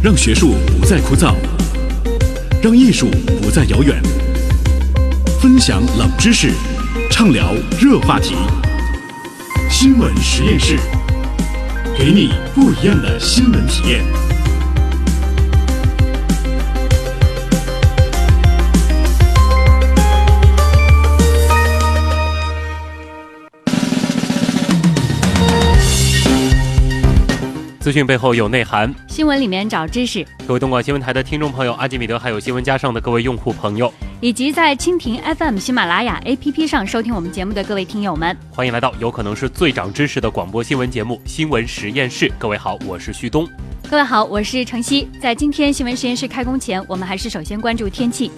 让学术不再枯燥，让艺术不再遥远。分享冷知识，畅聊热话题。新闻实验室，给你不一样的新闻体验。 资讯背后有内涵， 新闻里面找知识。 各位东广新闻台的听众朋友，阿基米德还有新闻加上的各位用户朋友， 以及在蜻蜓 FM、喜马拉雅 APP 上收听我们节目的各位听友们， 欢迎来到有可能是最长知识的广播新闻节目《新闻实验室》。各位好，我是旭东。 各位好，我是程曦。在今天新闻实验室开工前，我们还是首先关注天气。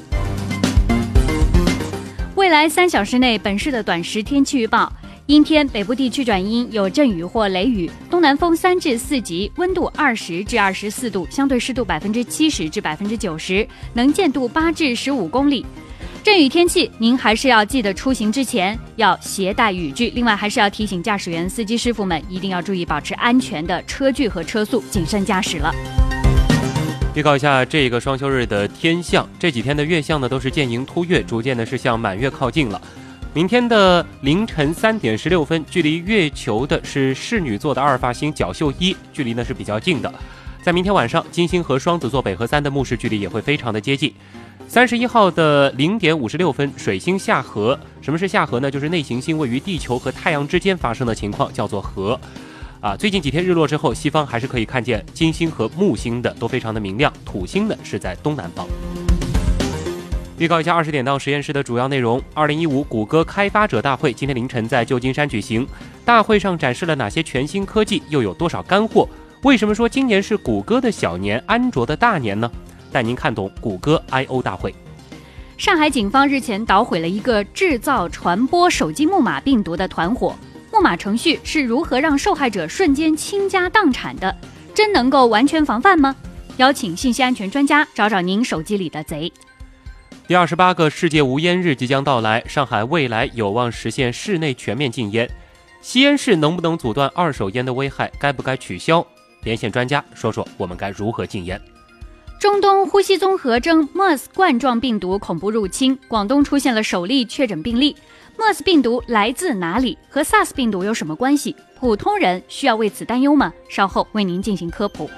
未来3小时内本市的短时天气预报：阴天，北部地区转阴，有阵雨或雷雨，东南风3至4级，温度20至24度，相对湿度70%至90%，能见度8至15公里。阵雨天气，您还是要记得出行之前要携带雨具，另外还是要提醒驾驶员、司机师傅们一定要注意保持安全的车距和车速，谨慎驾驶了。 预告一下这个双休日的天象，这几天的月相呢都是渐迎突月，逐渐的是向满月靠近了。明天的凌晨3点16分，距离月球的是侍女座的阿尔法星角宿1，距离呢是比较近的。在明天晚上，金星和双子座北河3的目视距离也会非常的接近。31号的0点56分，水星下合。什么是下合呢？就是内行星位于地球和太阳之间发生的情况，叫做合。最近几天日落之后，西方还是可以看见金星和木星的，都非常的明亮。土星呢是在东南方。预告一下20点到实验室的主要内容。2015谷歌开发者大会今天凌晨在旧金山举行，大会上展示了哪些全新科技，又有多少干货？为什么说今年是谷歌的小年，安卓的大年呢？带您看懂谷歌 I/O 大会。 上海警方日前捣毁了一个制造、传播手机木马病毒的团伙。木马程序是如何让受害者瞬间倾家荡产的？真能够完全防范吗？邀请信息安全专家找找您手机里的贼。 第28个世界无烟日即将到来，上海未来有望实现室内全面禁烟。吸烟室能不能阻断二手烟的危害？该不该取消？连线专家说说我们该如何禁烟。 中东呼吸综合征 MERS 冠状病毒恐怖入侵，广东出现了首例确诊病例。MERS 病毒来自哪里？和 SARS 病毒有什么关系？普通人需要为此担忧吗？稍后为您进行科普。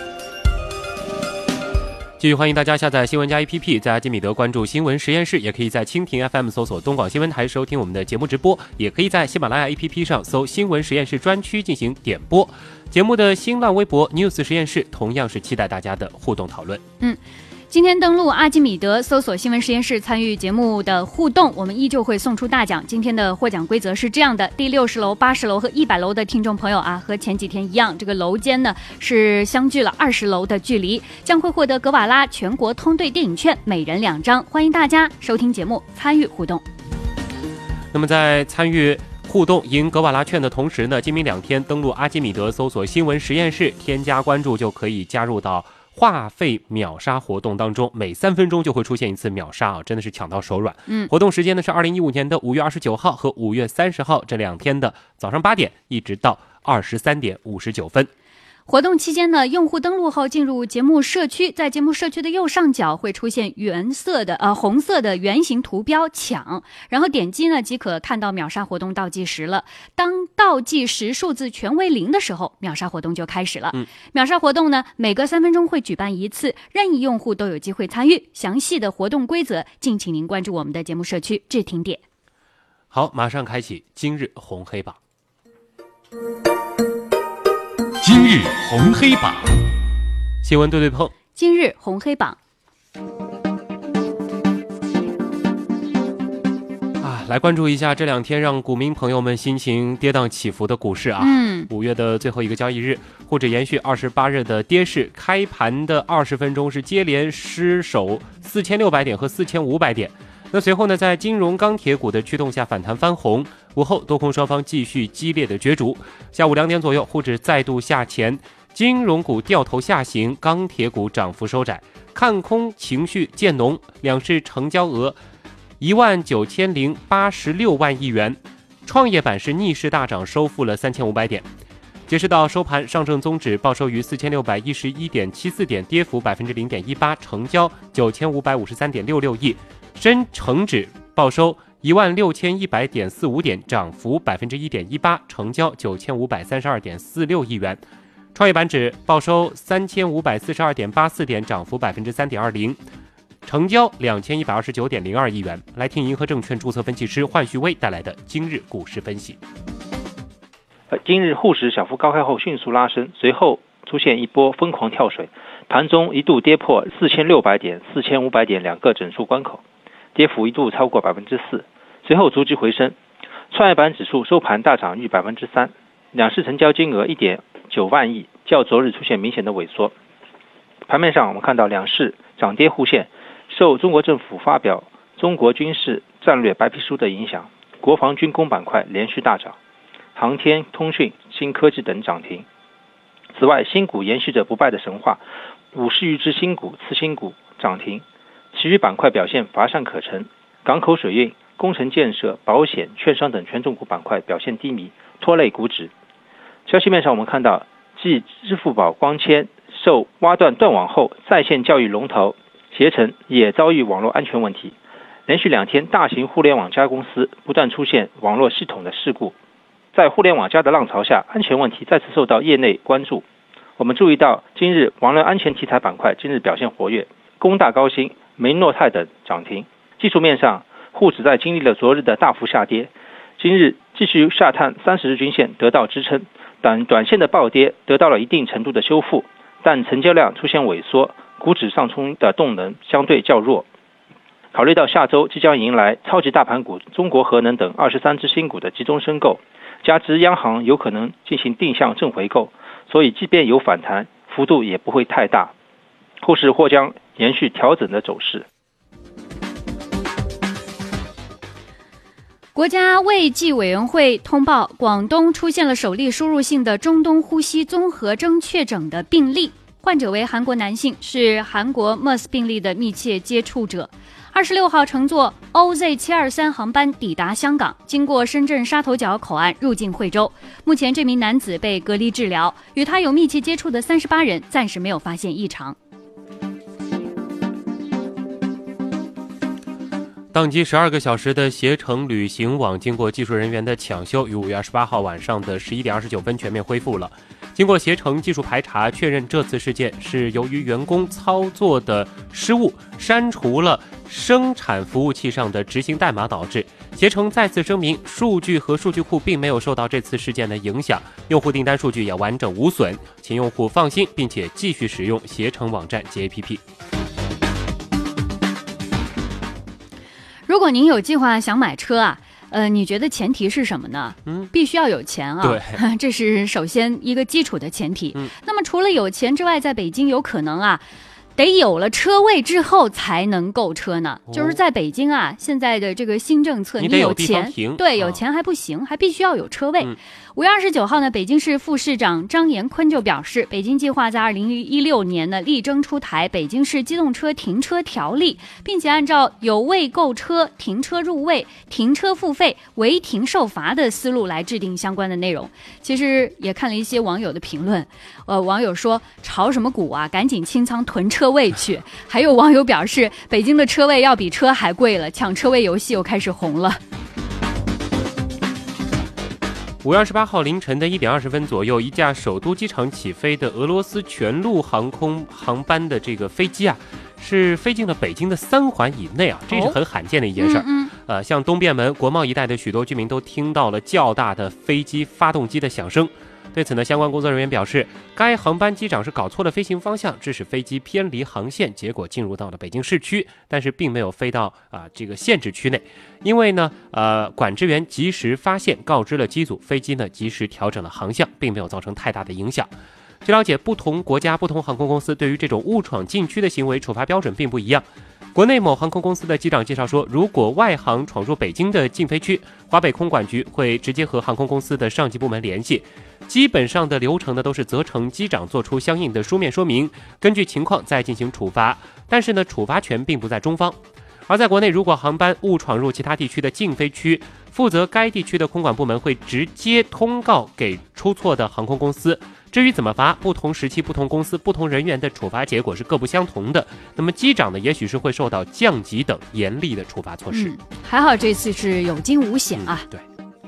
继续欢迎大家下载新闻加 APP， 在阿基米德关注新闻实验室，也可以在蜻蜓 FM 搜索东广新闻台收听我们的节目直播，也可以在喜马拉雅 APP 上搜新闻实验室专区进行点播。节目的新浪微博 News 实验室同样是期待大家的互动讨论。 今天登录阿基米德搜索新闻实验室参与节目的互动，我们依旧会送出大奖。今天的获奖规则是这样的：第60楼、80楼和100楼的听众朋友和前几天一样，这个楼间呢是相距了20楼的距离，将会获得格瓦拉全国通兑电影券，每人2张。欢迎大家收听节目参与互动。 那么在参与互动赢格瓦拉券的同时呢，今明2天登录阿基米德搜索新闻实验室，添加关注就可以加入到话费秒杀活动当中，每3分钟就会出现一次秒杀真的是抢到手软。活动时间呢是2015年的5月29号和5月30号这2天的早上8点一直到23点59分。 活动期间呢，用户登录后进入节目社区，在节目社区的右上角会出现红色的圆形图标抢，然后点击呢即可看到秒杀活动倒计时了。当倒计时数字全为0的时候，秒杀活动就开始了。秒杀活动呢每隔3分钟会举办1次，任意用户都有机会参与。详细的活动规则敬请您关注我们的节目社区置听点。 好，马上开启今日红黑榜。 今日红黑榜， 新闻对对碰。 今日红黑榜来关注一下这2天让股民朋友们心情跌宕起伏的股市5月的最后一个交易日，沪指延续28日的跌势，开盘的20分钟是接连失守4600点和4500点。那随后呢，在金融钢铁股的驱动下反弹翻红，午后多空双方继续激烈的角逐。下午2点左右，沪指再度下潜，金融股掉头下行，钢铁股涨幅收窄，看空情绪渐浓，两市成交额19086万亿元，创业板是逆势大涨，收复了3500点。 截止到收盘，上证综指报收于4611.74点，跌幅0.18%，成交9553.66亿；深成指报收16100.45点，涨幅1.18%，成交9532.46亿元；创业板指报收3542.84点，涨幅3.20%，成交2129.02亿元。来听银河证券注册分析师焕旭威带来的今日股市分析。 今日沪指小幅高开后迅速拉升，随后出现一波疯狂跳水，盘中一度跌破4600点、4500点两个整数关口，跌幅一度超过 4%， 随后逐级回升。创业板指数收盘大涨逾 3%， 两市成交金额 1.9 万亿，较昨日出现明显的萎缩。盘面上我们看到两市涨跌互现，受中国政府发表中国军事战略白皮书的影响，国防军工板块连续大涨，航天、通讯、新科技等涨停。此外，新股延续着不败的神话，50余只新股、次新股涨停，其余板块表现乏善可陈，港口水运、工程建设、保险、券商等权重股板块表现低迷，拖累股指。消息面上我们看到，继支付宝、光纤受挖断断网后，在线教育龙头携程也遭遇网络安全问题，连续2天大型互联网加公司不断出现网络系统的事故。在互联网加的浪潮下，安全问题再次受到业内关注。我们注意到今日网络安全题材板块今日表现活跃，工大高新、梅诺泰等涨停。技术面上，沪指在经历了昨日的大幅下跌，今日继续下探30日均线得到支撑，短线的暴跌得到了一定程度的修复，但成交量出现萎缩，股指上冲的动能相对较弱。考虑到下周即将迎来超级大盘股中国核能等23只新股的集中申购，加之央行有可能进行定向正回购，所以即便有反弹，幅度也不会太大，后市或将延续调整的走势。 国家卫计委员会通报，广东出现了首例输入性的中东呼吸综合征确诊的病例，患者为韩国男性，是韩国 MERS 病例的密切接触者。26号乘坐 OZ723 航班抵达香港，经过深圳沙头角口岸入境惠州。目前这名男子被隔离治疗，与他有密切接触的38人暂时没有发现异常。 宕机12个小时的携程旅行网经过技术人员的抢修，于5月28号晚上的11点29分全面恢复了。经过携程技术排查，确认这次事件是由于员工操作的失误，删除了生产服务器上的执行代码导致。携程再次声明，数据和数据库并没有受到这次事件的影响，用户订单数据也完整无损，请用户放心，并且继续使用携程网站及 APP。 如果您有计划想买车啊，你觉得前提是什么呢？必须要有钱啊， 对， 这是首先一个基础的前提。那么除了有钱之外，在北京有可能啊，得有了车位之后才能购车呢。就是在北京啊，现在的这个新政策， 你得有有钱，对，有钱还不行，还必须要有车位。5月29号呢，北京市副市长张延坤就表示，北京计划在2016年呢力争出台北京市机动车停车条例，并且按照有位购车、停车入位、停车付费、违停受罚的思路来制定相关的内容。其实也看了一些网友的评论，网友说炒什么股啊，赶紧清仓囤车位去。还有网友表示，北京的车位要比车还贵了，抢车位游戏又开始红了。 5月28号凌晨的1点20分左右，一架首都机场起飞的俄罗斯全路航空航班的这个飞机啊，是飞进了北京的3环以内啊，这是很罕见的一件事儿。像东便门、国贸一带的许多居民都听到了较大的飞机发动机的响声。对此呢，相关工作人员表示，该航班机长是搞错了飞行方向，致使飞机偏离航线，结果进入到了北京市区，但是并没有飞到这个限制区内。因为呢，管制员及时发现，告知了机组，飞机呢及时调整了航向，并没有造成太大的影响。据了解，不同国家、不同航空公司对于这种误闯禁区的行为处罚标准并不一样。国内某航空公司的机长介绍说，如果外航闯入北京的禁飞区，华北空管局会直接和航空公司的上级部门联系，基本上的流程呢都是责成机长做出相应的书面说明，根据情况再进行处罚，但是呢，处罚权并不在中方。而在国内，如果航班误闯入其他地区的禁飞区， 负责该地区的空管部门会直接通告给出错的航空公司。至于怎么罚，不同时期、不同公司、不同人员的处罚结果是各不相同的。那么机长呢，也许是会受到降级等严厉的处罚措施。 还好这次是有惊无险啊。 对。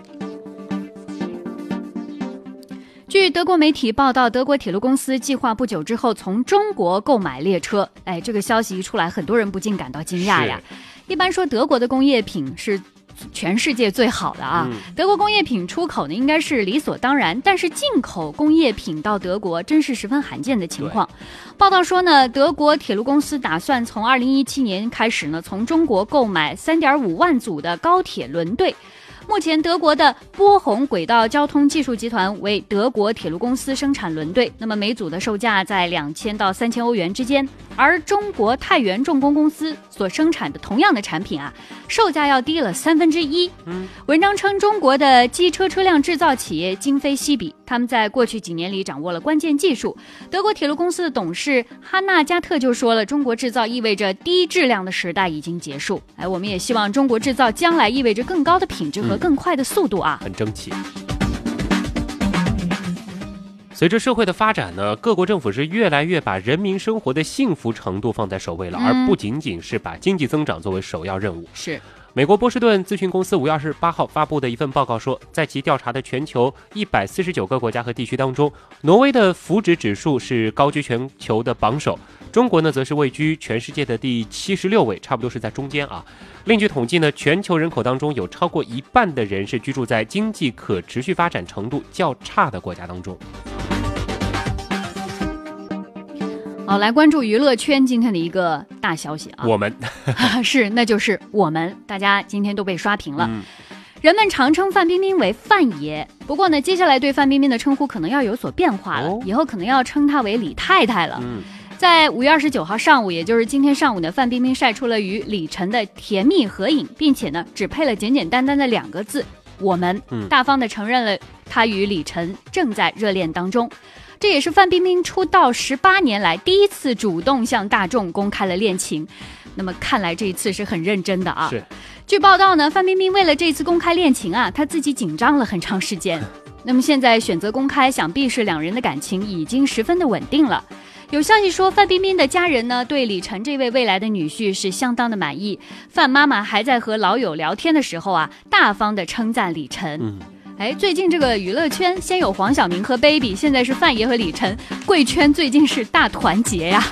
据德国媒体报道，德国铁路公司计划不久之后从中国购买列车。这个消息一出来，很多人不禁感到惊讶呀。一般说德国的工业品是全世界最好的啊，德国工业品出口呢应该是理所当然，但是进口工业品到德国真是十分罕见的情况。报道说呢，德国铁路公司打算从2017年开始呢，从中国购买3.5万组的高铁轮队。目前德国的波鸿轨道交通技术集团为德国铁路公司生产轮队，那么每组的售价在2000到3000欧元之间，而中国太原重工公司所生产的同样的产品啊，售价要低了1/3。文章称，中国的机车车辆制造企业今非昔比，他们在过去几年里掌握了关键技术。德国铁路公司的董事哈纳加特就说了，中国制造意味着低质量的时代已经结束。我们也希望中国制造将来意味着更高的品质和更快的速度啊， 很争气。随着社会的发展呢，各国政府是越来越把人民生活的幸福程度放在首位了，而不仅仅是把经济增长作为首要任务。 是。 美国波士顿咨询公司5月28号发布的一份报告说，在其调查的全球149个国家和地区当中，挪威的福祉指数是高居全球的榜首，中国呢则是位居全世界的第76位，差不多是在中间啊。另据统计呢，全球人口当中有超过一半的人是居住在经济可持续发展程度较差的国家当中。 好，来关注娱乐圈今天的一个大消息啊！ 我们是，那就是我们，大家今天都被刷屏了。人们常称范冰冰为范爷，不过呢，接下来对范冰冰的称呼可能要有所变化了，以后可能要称她为李太太了。在5月29号上午，也就是今天上午呢，范冰冰晒出了与李晨的甜蜜合影，并且呢，只配了简简单单的2个字“我们”，大方的承认了她与李晨正在热恋当中。这也是范冰冰出道18年来第一次主动向大众公开了恋情，那么看来这一次是很认真的啊。 是。 据报道呢，范冰冰为了这次公开恋情啊，她自己紧张了很长时间。那么现在选择公开，想必是2人的感情已经十分的稳定了。有消息说，范冰冰的家人呢对李晨这位未来的女婿是相当的满意。范妈妈还在和老友聊天的时候啊，大方的称赞李晨。最近这个娱乐圈先有黄晓明和 baby， 现在是范爷和李晨，贵圈最近是大团结呀。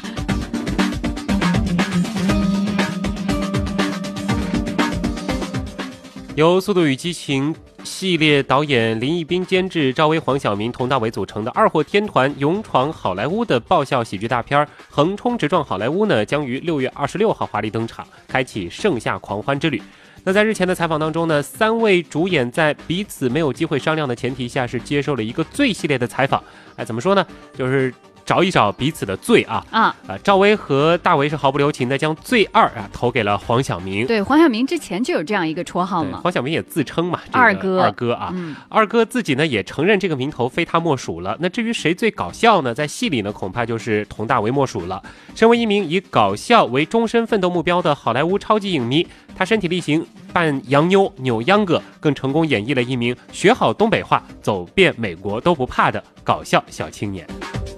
由《速度与激情》系列导演林奕斌监制，赵薇、黄晓明、佟大为组成的二货天团勇闯好莱坞的爆笑喜剧大片《横冲直撞好莱坞》呢，将于6月26号华丽登场，开启盛夏狂欢之旅。那在日前的采访当中呢，3位主演在彼此没有机会商量的前提下，是接受了一个最系列的采访。怎么说呢？就是找一找彼此的罪啊！赵薇和大为是毫不留情的将罪2投给了黄晓明。 对，黄晓明之前就有这样一个绰号嘛。 黄晓明也自称嘛， 二哥啊。二哥自己呢也承认这个名头非他莫属了。那至于谁最搞笑呢？在戏里呢，恐怕就是佟大为莫属了。身为一名以搞笑为终身奋斗目标的好莱坞超级影迷，他身体力行扮洋妞扭秧歌，更成功演绎了一名学好东北话走遍美国都不怕的搞笑小青年。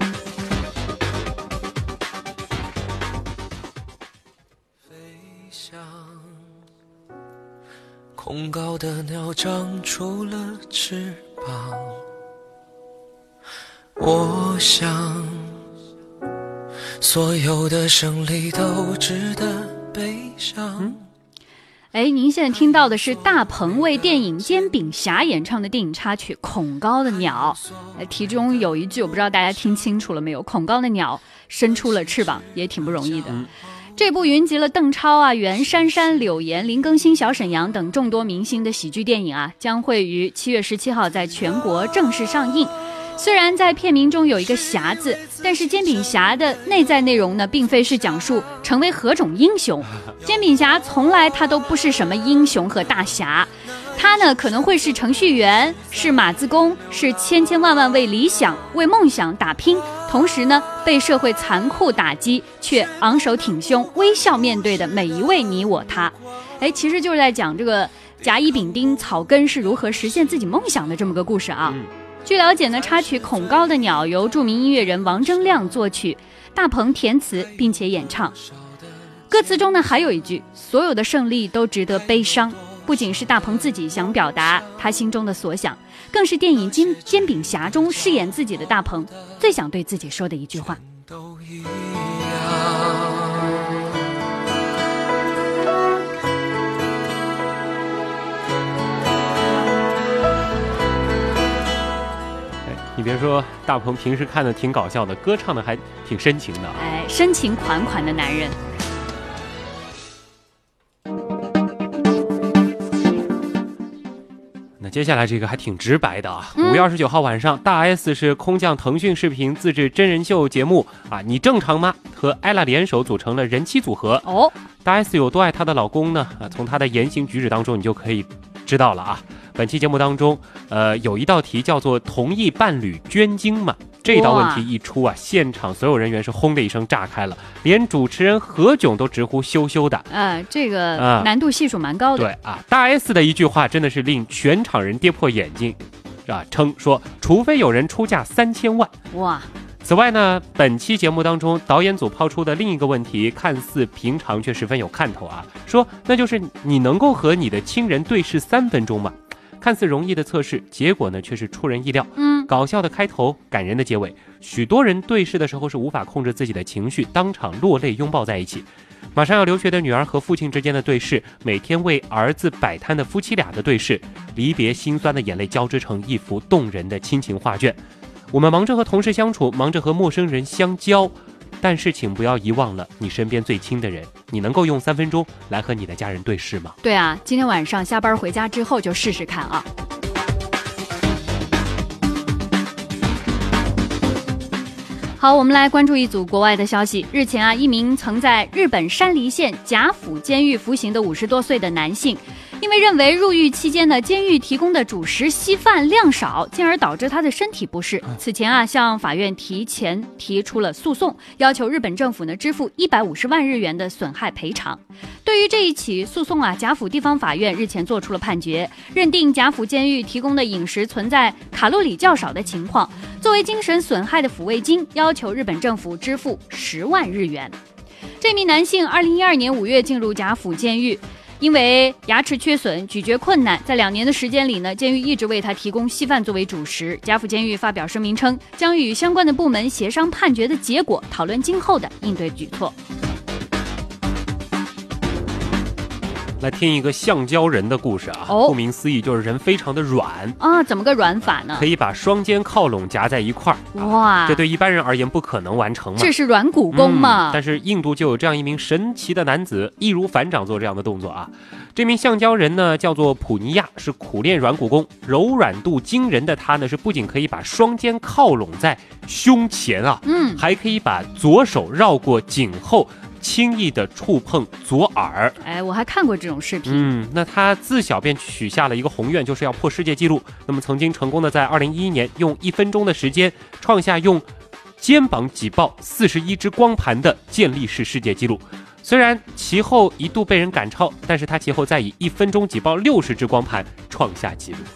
空高的鸟长出了翅膀，我想所有的胜利都值得悲伤。 您现在听到的是大鹏为电影《煎饼侠》演唱的电影插曲《恐高的鸟》。题中有一句，我不知道大家听清楚了没有，恐高的鸟伸出了翅膀，也挺不容易的。这部云集了邓超袁姗姗、柳岩、林更新、小沈阳等众多明星的喜剧电影将会于7月17号在全国正式上映。虽然在片名中有一个侠字，但是煎饼侠的内在内容呢，并非是讲述成为何种英雄。煎饼侠从来他都不是什么英雄和大侠，他呢可能会是程序员，是码字工，是千千万万为理想为梦想打拼，同时呢被社会残酷打击却昂首挺胸微笑面对的每一位你我他。其实就是在讲这个甲乙丙丁草根是如何实现自己梦想的这么个故事啊。据了解呢，插曲《恐高的鸟》由著名音乐人王铮亮作曲，大鹏填词并且演唱。歌词中呢还有一句：所有的胜利都值得悲伤。不仅是大鹏自己想表达他心中的所想，更是电影《煎饼侠》中饰演自己的大鹏最想对自己说的一句话。 都一样。 你别说，大鹏平时看的挺搞笑的，歌唱的还挺深情的。 深情款款的男人。 那接下来这个还挺直白的啊。5月29号晚上，大 S 是空降腾讯视频自制真人秀节目啊，你正常吗？和 ella 联手组成了人妻组合。大 S 有多爱她的老公呢？从她的言行举止当中你就可以知道了啊。本期节目当中，有一道题叫做同意伴侣捐精吗？这道问题一出啊，现场所有人员是轰的一声炸开了，连主持人何炅都直呼羞羞的。 这个难度系数蛮高的。 对啊，大 S 的一句话真的是令全场人跌破眼镜啊，称说除非有人出价3000万。 哇！ 此外呢，本期节目当中导演组抛出的另一个问题看似平常却十分有看头啊，说那就是你能够和你的亲人对视3分钟吗？看似容易的测试，结果呢却是出人意料。搞笑的开头，感人的结尾，许多人对视的时候是无法控制自己的情绪，当场落泪拥抱在一起。马上要留学的女儿和父亲之间的对视，每天为儿子摆摊的夫妻俩的对视，离别心酸的眼泪交织成一幅动人的亲情画卷。我们忙着和同事相处，忙着和陌生人相交，但是请不要遗忘了你身边最亲的人。你能够用3分钟来和你的家人对视吗？ 对啊，今天晚上下班回家之后就试试看啊。好，我们来关注一组国外的消息。日前啊，一名曾在日本山梨县甲府监狱服刑的50多岁的男性，因为认为入狱期间呢，监狱提供的主食稀饭量少，进而导致他的身体不适。此前啊，向法院提出了诉讼，要求日本政府呢支付150万日元的损害赔偿。对于这一起诉讼啊，甲府地方法院日前做出了判决，认定甲府监狱提供的饮食存在卡路里较少的情况，作为精神损害的抚慰金，要求日本政府支付10万日元。这名男性2012年5月进入甲府监狱，因为牙齿缺损、咀嚼困难，在2年的时间里呢，监狱一直为他提供稀饭作为主食。甲府监狱发表声明称，将与相关的部门协商判决的结果，讨论今后的应对举措。 来听一个橡胶人的故事啊，顾名思义就是人非常的软啊，怎么个软法呢？ 可以把双肩靠拢夹在一块儿。 哇， 这对一般人而言不可能完成嘛， 这是软骨功嘛。 但是印度就有这样一名神奇的男子，易如反掌做这样的动作啊。这名橡胶人呢叫做普尼亚，是苦练软骨功，柔软度惊人的他呢是不仅可以把双肩靠拢在胸前啊，还可以把左手绕过颈后，轻易的触碰左耳。 我还看过这种视频。 那他自小便许下了一个宏愿，就是要破世界纪录。那么曾经成功的在2011年用1分钟的时间创下用肩膀挤爆41只光盘的健力士世界纪录。虽然其后一度被人赶超，但是他其后再以1分钟挤爆60只光盘创下纪录。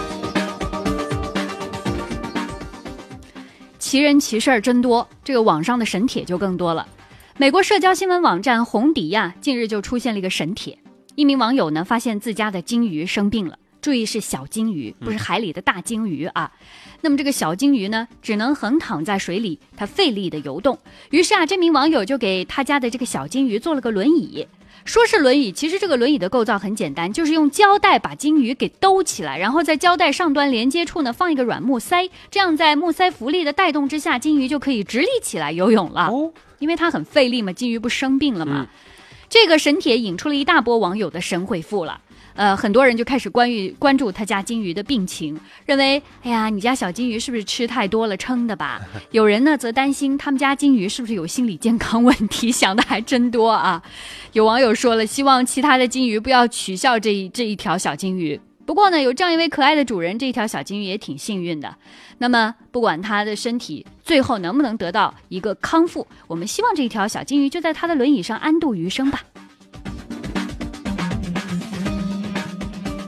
奇人奇事儿真多，这个网上的神帖就更多了。美国社交新闻网站红迪呀，近日就出现了一个神帖。一名网友呢发现自家的金鱼生病了，注意是小金鱼，不是海里的大鲸鱼啊。那么这个小金鱼呢，只能横躺在水里，它费力的游动。于是啊，这名网友就给他家的这个小金鱼做了个轮椅。说是轮椅，其实这个轮椅的构造很简单，就是用胶带把金鱼给兜起来，然后在胶带上端连接处呢放一个软木塞，这样在木塞浮力的带动之下，金鱼就可以直立起来游泳了。因为它很费力嘛，金鱼不生病了嘛。这个神帖引出了一大波网友的神回复了。很多人就开始关注他家金鱼的病情，认为哎呀，你家小金鱼是不是吃太多了撑的吧？有人呢则担心他们家金鱼是不是有心理健康问题，想的还真多啊。有网友说了，希望其他的金鱼不要取笑这一条小金鱼。不过呢，有这样一位可爱的主人，这一条小金鱼也挺幸运的。那么不管它的身体最后能不能得到一个康复，我们希望这一条小金鱼就在它的轮椅上安度余生吧。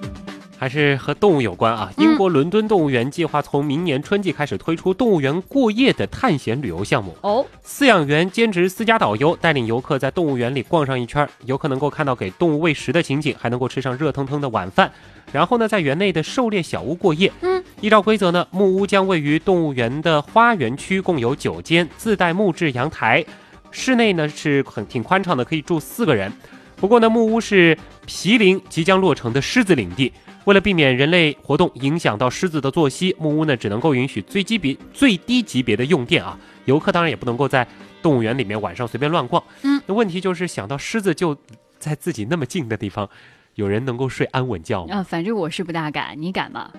还是和动物有关啊。英国伦敦动物园计划从明年春季开始推出动物园过夜的探险旅游项目。饲养员兼职私家导游带领游客在动物园里逛上一圈，游客能够看到给动物喂食的情景，还能够吃上热腾腾的晚饭。然后呢，在园内的狩猎小屋过夜。依照规则呢，木屋将位于动物园的花园区，共有9间，自带木质阳台。室内呢是挺宽敞的，可以住4个人。不过呢，木屋是毗邻即将落成的狮子领地，为了避免人类活动影响到狮子的作息，木屋呢只能够允许最低级别的用电啊。游客当然也不能够在动物园里面晚上随便乱逛。那问题就是想到狮子就在自己那么近的地方，有人能够睡安稳觉吗？ 反正我是不大敢，你敢吗？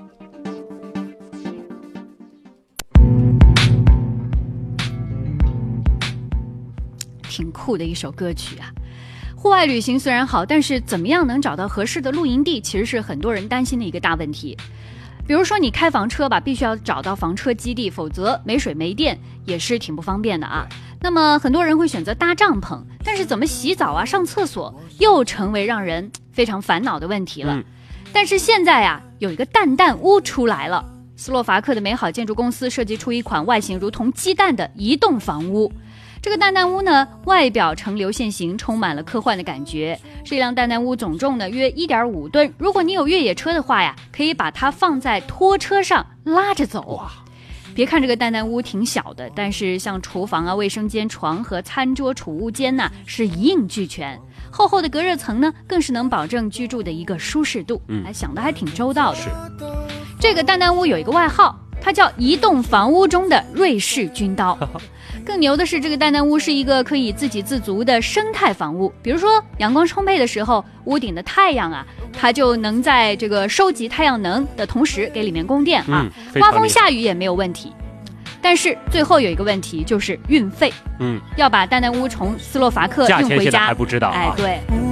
挺酷的一首歌曲啊。户外旅行虽然好，但是怎么样能找到合适的露营地，其实是很多人担心的一个大问题。比如说你开房车吧，必须要找到房车基地，否则没水没电也是挺不方便的啊。那么很多人会选择搭帐篷，但是怎么洗澡啊、上厕所又成为让人非常烦恼的问题了。但是现在啊，有一个蛋蛋屋出来了。斯洛伐克的美好建筑公司设计出一款外形如同鸡蛋的移动房屋。这个蛋蛋屋呢，外表呈流线型，充满了科幻的感觉。这辆蛋蛋屋总重呢约 1.5 吨，如果你有越野车的话呀，可以把它放在拖车上拉着走。别看这个蛋蛋屋挺小的，但是像厨房啊、卫生间、床和餐桌、储物间呢，是一应俱全。厚厚的隔热层呢，更是能保证居住的一个舒适度。想的还挺周到的。这个蛋蛋屋有一个外号，它叫移动房屋中的瑞士军刀。更牛的是，这个蛋蛋屋是一个可以自给自足的生态房屋。比如说阳光充沛的时候，屋顶的太阳啊，它就能在这个收集太阳能的同时给里面供电啊。刮风下雨也没有问题。但是最后有一个问题，就是运费。要把蛋蛋屋从斯洛伐克运回家， 价钱现在还不知道啊。 对。